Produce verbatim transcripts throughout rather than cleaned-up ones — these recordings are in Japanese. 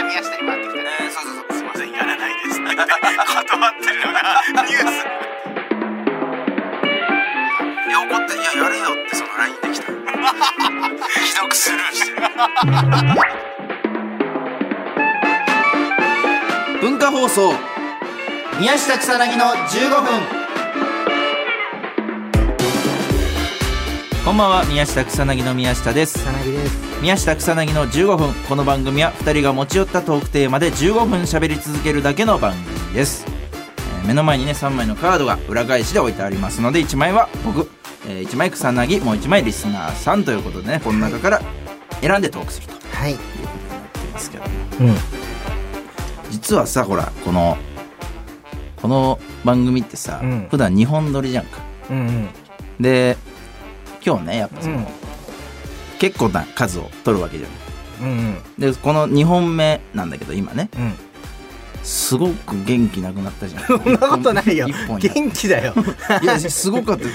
宮下に回ってきたね。そうそうそう、すいませんやらないですって言って断ってるのがニュース。いや怒って、いややれよってその ライン できた。既読スルーしてる。 文化放送宮下草薙のじゅうごふん。こんばんは、宮下草薙の宮下です。 草薙です。 宮下草薙のじゅうごふん。この番組はふたりが持ち寄ったトークテーマでじゅうごふん喋り続けるだけの番組です。えー、目の前にねさんまいのカードが裏返しで置いてありますので、いちまいは僕、えー、いちまい草薙、もういちまいリスナーさんということでね、この中から選んでトークするとはい、 いうことになってますけども、 うん、 実はさ、ほらこのこの番組ってさ、うん、普段にほん撮りじゃんか、うんうん、で今日ねやっぱその、うん、結構な数を取るわけじゃん、うんうん、でこのにほんめなんだけど今ね、うん、すごく元気なくなったじゃん。 そんなことないよ、元気だよ。 いやすごかった。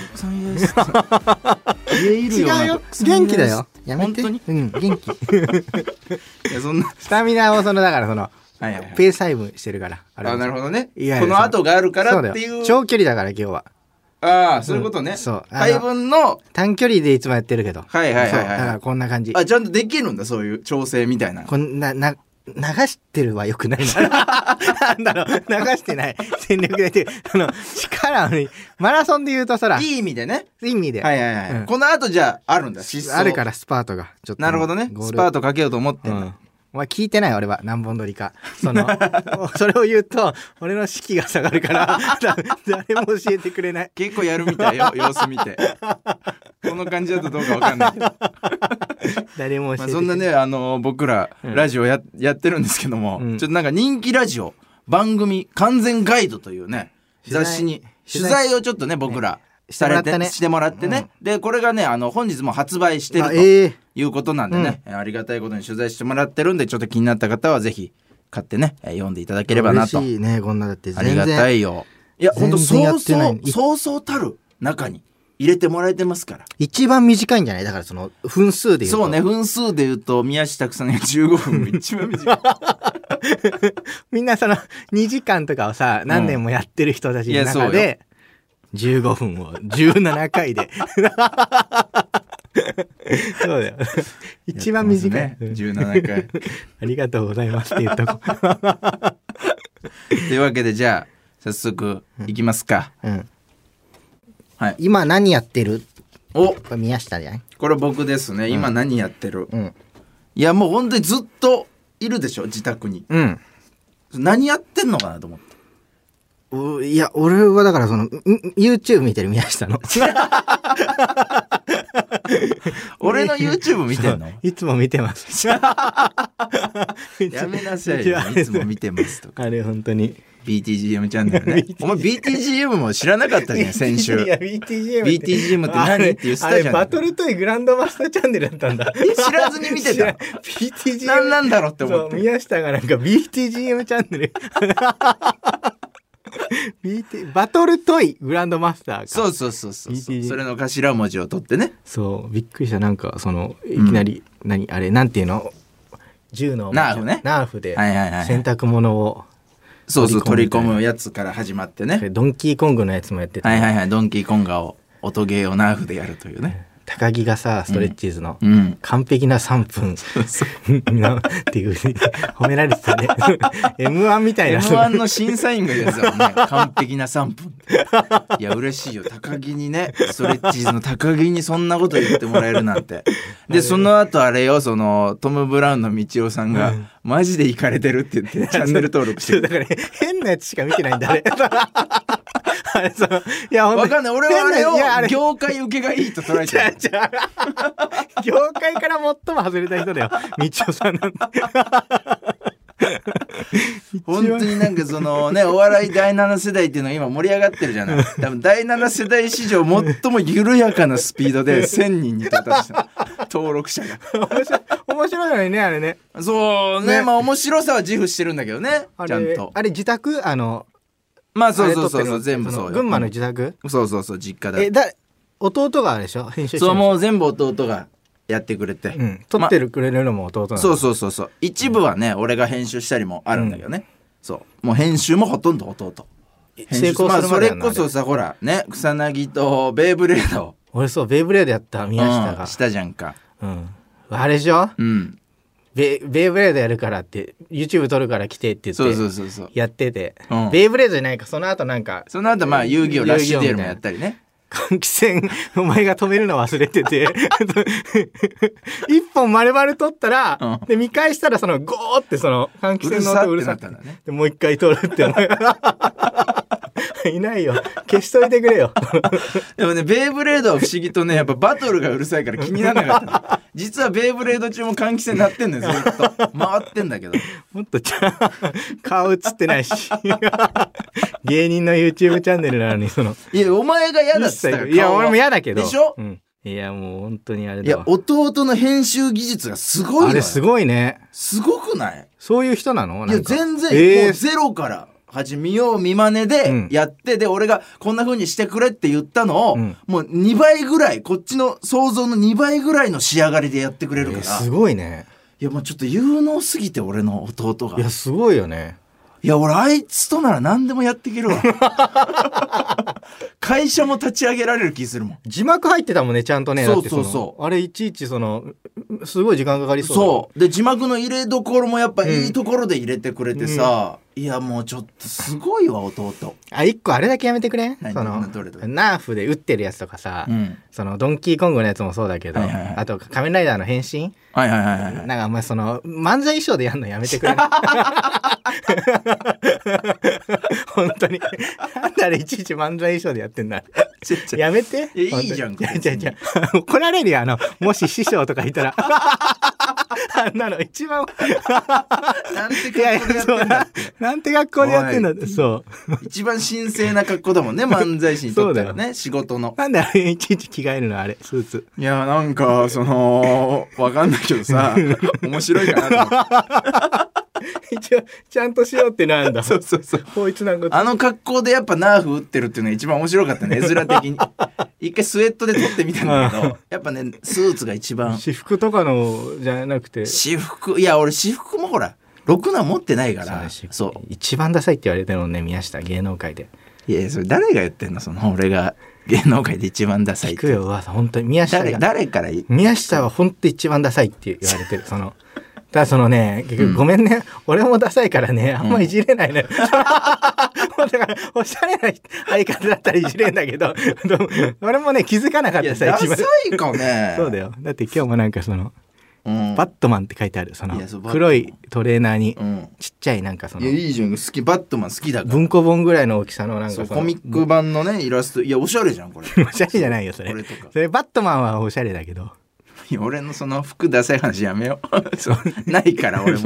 家いるよ。 違うよ、元気だよ。やめて。 本当に、 うん、元気。 いやそんなスタミナをそのだからその、はいはいはい、ペース配分してるから。 ああ、なるほどね。 いやいや、 この後があるからっていう。 長距離だから今日は。 ああ、そういうことね、うん、そう配分の短距離でいつもやってるけど、 はいはいはい、はい、 だからこんな感じ。 あ、ちゃんとできるんだ、そういう調整みたいな。 こんなな流してるはよくないな。なんだろう、流してない、全力でやってる、あの力をね、マラソンで言うとそらいい意味でね、 いい意味で、 はいはいはい、うん、この後じゃああるんだ、 疾走あるから、スパートがちょっと、ね、 なるほどね、スパートかけようと思ってんだ、うん、 お前聞いてない、俺は何本撮りか。そのそれを言うと俺の士気が下がるから誰も教えてくれない。 結構やるみたいよ、様子見て。この感じだとどうか分かんないけど誰も教えてくれない、まあ、 そんなね、あの僕らラジオ や,、うん、やってるんですけども、うん、ちょっとなんか人気ラジオ番組完全ガイドというね雑誌に取材をちょっとね僕ら、ね、されてしてもらってね、うん、でこれがねあの本日も発売してるということなんでね、あ,、えーうん、ありがたいことに取材してもらってるんで、ちょっと気になった方はぜひ買ってね、えー、読んでいただければなと。 嬉しいね、こんなだって全然ありがたいよ。いや本当そうそうそうそうたる中に入れてもらえてますから。 一番短いんじゃない？だからその分数で言うと。 そうね、分数で言うと宮下草薙がじゅうごふん一番短い。 みんなそのにじかんとかをさ何年もやってる人たちの中で、うん、じゅうごふんをじゅうななかいでそうだよ、一番短い、ね、 じゅうななかいありがとうございますって言っとこうというわけでじゃあ早速いきますか、うんうんはい、今何やってる？ お、 これ宮下じゃない？ これ僕ですね、今何やってる、うん、いやもう本当にずっといるでしょ自宅に、うん、何やってんのかなと思って。 いや俺はだからその YouTube 見てる、宮下の俺の YouTube 見てんの？ いつも見てますやめなさいよ、いつも見てますとか。 あれ本当にビーティージーエム チャンネルね。お前 ビーティージーエム も知らなかったじゃん先週。 いや ビーティージーエムビーティージーエム って何って言ってたじゃん。あれバトルトイグランドマスターチャンネルだったんだ。 知らずに見てた。ビーティージーエム 何なんだろうって思って。 宮下がなんか ビーティージーエム チャンネルビーティー バトルトイグランドマスターか。 そうそうそうそう、それの頭文字を取ってね。 そうびっくりした。なんかそのいきなり、うん、何あれなんていうの、銃のナーフね、 ナーフで洗濯物をそうそう取り込むやつから始まってね。 ドンキーコングのやつもやってた、 はいはいはい、ドンキーコンガを音ゲーをナーフでやるというね。 高木がさストレッチーズの、うん、完璧なさんぷんっていう褒められてたね。エムワン みたいな エムワンの審査員が言うやつだもんね。完璧なさんぷん。いや嬉しいよ、高木にね、ストレッチーズの高木にそんなこと言ってもらえるなんて。でその後あれよ、そのトム・ブラウンの道夫さんが、うん、マジでイカれてるって言ってチャンネル登録してる。 だから、ね、変なやつしか見てないんだあれ。あれそのいやわかんない、俺はあれを業界受けがいいと捉えてる。 業界から最も外れた人だよ道夫さんなんて。 本当になんかそのね、お笑いだいなな世代っていうのが今盛り上がってるじゃない。多分だいなな世代史上最も緩やかなスピードでせんにんに到達した登録者が。 面白い、面白いのにねあれね。 そうね、ね、まあ面白さは自負してるんだけどね、ちゃんと。 あれ自宅、あのまあそうそうそうそう、全部そうよ。 群馬の自宅、 そうそうそう、実家だ。 えだ弟があれでしょ、編集してる。 そう、もう全部弟がやってくれて、 うん、撮ってるくれるのも弟なの、 ま、そうそうそうそう一部はね、うん、俺が編集したりもあるんだけどね、うん、そうもう編集もほとんど弟成功するまでやんな、 まあ、それこそさほらね草薙とベイブレード俺そうベイブレードやった宮下が、 うん、したじゃんか、 うん、あれでしょ、 うん、 ベ, ベイブレードやるからって YouTube 撮るから来てって言ってそうそうそうそうやってて、 うん、 ベイブレードじゃないかその後なんかその後まあ遊戯王ラッシュデールもやったりね換気扇お前が止めるの忘れてて一本丸々取ったら、うん、で見返したらそのゴーってその換気扇の音うるさくなったんだねでもう一回取るって思ういないよ消しといてくれよでもねベイブレードは不思議とねやっぱバトルがうるさいから気にならなかった実はベイブレード中も換気扇鳴ってんのよずっと回ってんだけどもっとちゃ顔映ってないし芸人の YouTube チャンネルなのにそのいやお前が嫌だって言ったからいや俺も嫌だけどでしょ、 うん、いやもう本当にあれだわいや弟の編集技術がすごいのよあれすごいねすごくないそういう人なのいや全然、 えー、 もうゼロから始めよう見まねでやって、うん、で俺がこんな風にしてくれって言ったのを、うん、もうにばいぐらいこっちの想像のにばいぐらいの仕上がりでやってくれるから、えー、 すごいねいやもうちょっと有能すぎて俺の弟がいやすごいよねいや俺あいつとなら何でもやっていけるわ会社も立ち上げられる気するもん字幕入ってたもんねちゃんとねそうそうそうあれいちいちそのすごい時間かかりそうそうで字幕の入れどころもやっぱいいところで入れてくれてさ、うん、いやもうちょっとすごいわ弟あ一個あれだけやめてくれ何そのどれどれナーフで打ってるやつとかさ、うん、そのドンキーコングのやつもそうだけど、はいはいはい、あと仮面ライダーの変身はいはいはいはい、 なんかお前その漫才衣装でやんのやめてくれ本当になんであれいちいち漫才衣装でやってんだやめていやいいじゃんいやいやいや怒られるよあのもし師匠とかいたらあんなの一番なんて学校でやってんだってなんて学校でやってんだってそう一番神聖な格好だもんね漫才師にとったらね仕事のなんであれいちいち着替えるのあれスーツいやなんかそのわかんないけどさ面白いかなと思って一応ちゃんとしようってなんだそうそうそうこいつなんかあの格好でやっぱナーフ打ってるっていうのが一番面白かったね絵面的に一回スウェットで撮ってみたんだけどやっぱねスーツが一番私服とかのじゃなくて私服いや俺私服もほらろくな持ってないからそう一番ダサいって言われてるのね宮下芸能界でいやそれ誰が言ってんのその俺が芸能界で一番ダサいって聞くよ噂本当に宮下が誰, 誰から言宮下は本当一番ダサいって言われてるそのただそのね結局ごめんね、うん、俺もダサいからねあんまいじれないね、うん、だからおしゃれな相方だったらいじれんだけど俺もね気づかなかったさダサいかねそうだよだって今日もなんかその、うん、バットマンって書いてあるその黒いトレーナーにちっちゃいなんかそのいやいいじゃん好きバットマン好きだから文庫本ぐらいの大きさのなんかそのコミック版のねイラストいやおしゃれじゃんこれおしゃれじゃないよそれそれバットマンはおしゃれだけど俺のその服ダサい話やめようそうないから俺も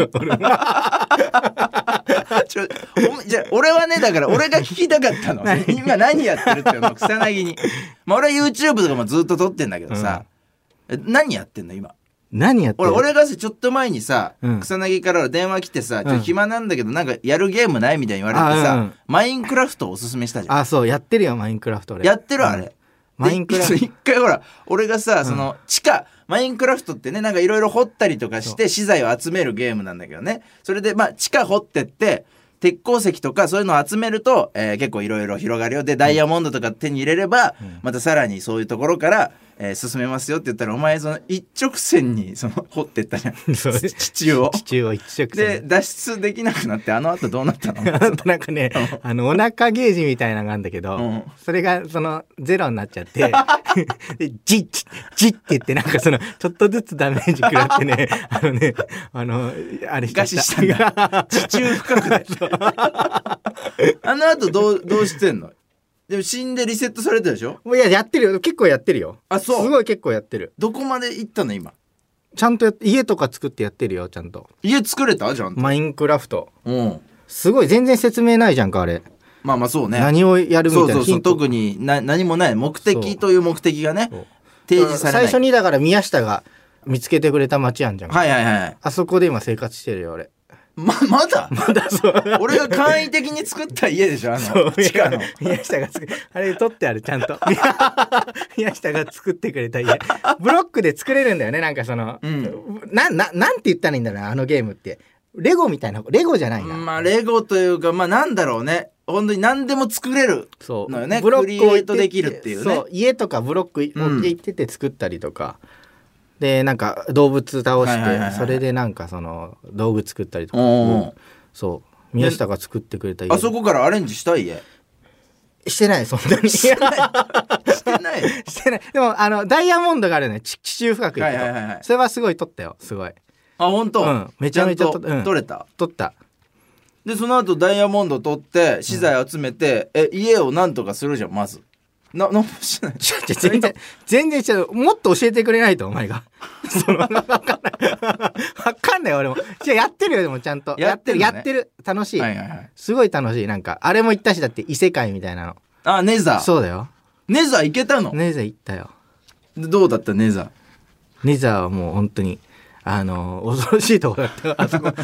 ちょじゃあ俺はねだから俺が聞きたかったの今何やってるっての草薙にまあ俺は YouTube とかもずっと撮ってんだけどさ、うん、何やってんの今何やってる俺がちょっと前にさ、うん、草薙から電話来てさ、ちょっと暇なんだけどなんかやるゲームないみたいに言われてさ、うん、マインクラフトをおすすめしたじゃんあそうやってるよマインクラフト俺やってるあれ、うんマインクラフト一回ほら俺がさその地下、うん、マインクラフトってねなんかいろいろ掘ったりとかして資材を集めるゲームなんだけどねそれでまあ地下掘ってって鉄鉱石とかそういうのを集めると、えー、結構いろいろ広がるよでダイヤモンドとか手に入れれば、うん、またさらにそういうところから、えー、進めますよって言ったらお前その一直線にその掘ってったじゃん地中を地中を一直線で脱出できなくなってあの後どうなったのあとなんかねあのお腹ゲージみたいなのがあるんだけど、うん、それがそのゼロになっちゃってでジッジッって言ってなんかそのちょっとずつダメージ食らってねあのねあのあれしちゃった餓死したんだ地中深くであの後どうどうしてんのでも死んでリセットされたでしょいややってるよ結構やってるよあそうすごい結構やってるどこまで行ったの今ちゃんとや家とか作ってやってるよちゃんと家作れたじゃんマインクラフトうんすごい全然説明ないじゃんかあれまあまあそうね何をやるみたいなそうそうそう特にな何もない目的という目的がね提示されない最初にだから宮下が見つけてくれた町あんじゃんはいはいはいあそこで今生活してるよ俺ままだまだそう俺が簡易的に作った家でしょ、あの地下の。 宮下が作あれ取ってあるちゃんと宮下が作ってくれた家ブロックで作れるんだよね。なんかその、うん、なななんて言ったらいいんだろうな、あのゲームってレゴみたいな、レゴじゃないな、 まあレゴというか、まあなんだろうね、本当に何でも作れるのよね。ブロッククリエイトできるっていうね。そう家とかブロック持って行ってて作ったりとか、うんでなんか動物倒して、はいはいはいはい、それでなんかその道具作ったりとか、うん、そう宮下が作ってくれた家。 あそこからアレンジした家してない、そんなにしてないしてないしてない。でもあのダイヤモンドがあるね、地中深く行くと、はいはいはい、それはすごい撮ったよ、すごい。 あ本当、 うん、めちゃめちゃ撮った、うん、 撮れた撮った。 でその後ダイヤモンド取って資材集めて、うん、え家をなんとかするじゃん。まずな、なんもしない。 全然、全然違う。もっと教えてくれないと、お前が。その、わかんない。わかんない、俺も。じゃやってるよ、でもちゃんと。やってる、やってる。楽しい。はいはいはい。すごい楽しい。なんか、あれも行ったし、だって異世界みたいなの。 あ、ネザー。 そうだよ。 ネザー行けたの？ ネザー行ったよ。 どうだったネザー？ ネザーはもう本当に、あのー、恐ろしいとこだった。あそこ。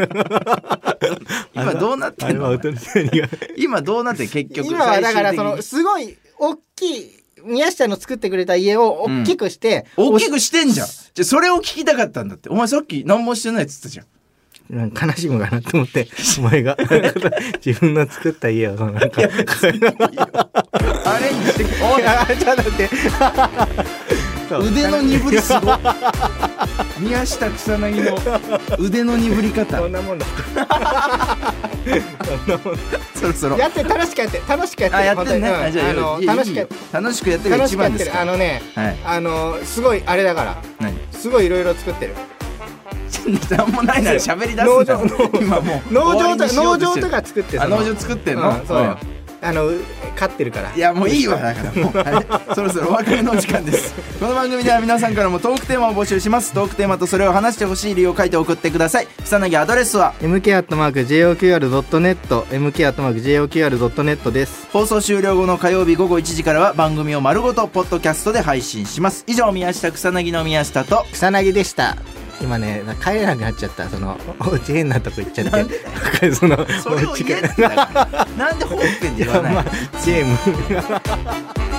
今どうなってんの？今どうなって結局。 今はだからそのすごい大きい宮下の作ってくれた家を大きくして、 うん、大きくしてんじゃん。じゃそれを聞きたかったんだって。お前さっき何もしてないっつったじゃん。 なんか悲しむかなと思ってお前が自分の作った家をそのなんかあれにしておいあちょっと待って腕の鈍りすごい宮下草薙の腕の鈍り方こんなもんだそろそろやって楽しくやって楽しくやってあやってんね、うん、じゃああの楽しく楽しくやってる一番ですか。 あのね、はい、あのすごいあれだから何すごいいろいろ作ってるなんもないなら喋り出すんだ今もう農場と農場とか作ってあ農場作ってんの、 うん、そうよ、うん、あの飼ってるから。 いやもういいわだからもう、はい、そろそろお別れの時間です。この番組では皆さんからもトークテーマを募集します。トークテーマとそれを話してほしい理由を書いて送ってください。草薙アドレスはエムケーアットマークジェイオーキューアールドットネット エムケーアットマークジェイオーキューアールドットネット です。 放送終了後の火曜日午後いちじからは番組を丸ごとポッドキャストで配信します。以上宮下草薙の宮下と草薙でした。今ね帰れなくなっちゃった。そのお家変なとこ行っちゃってなんでそのそれを言えってなんで本編で言わないの、まあ、 ゲーム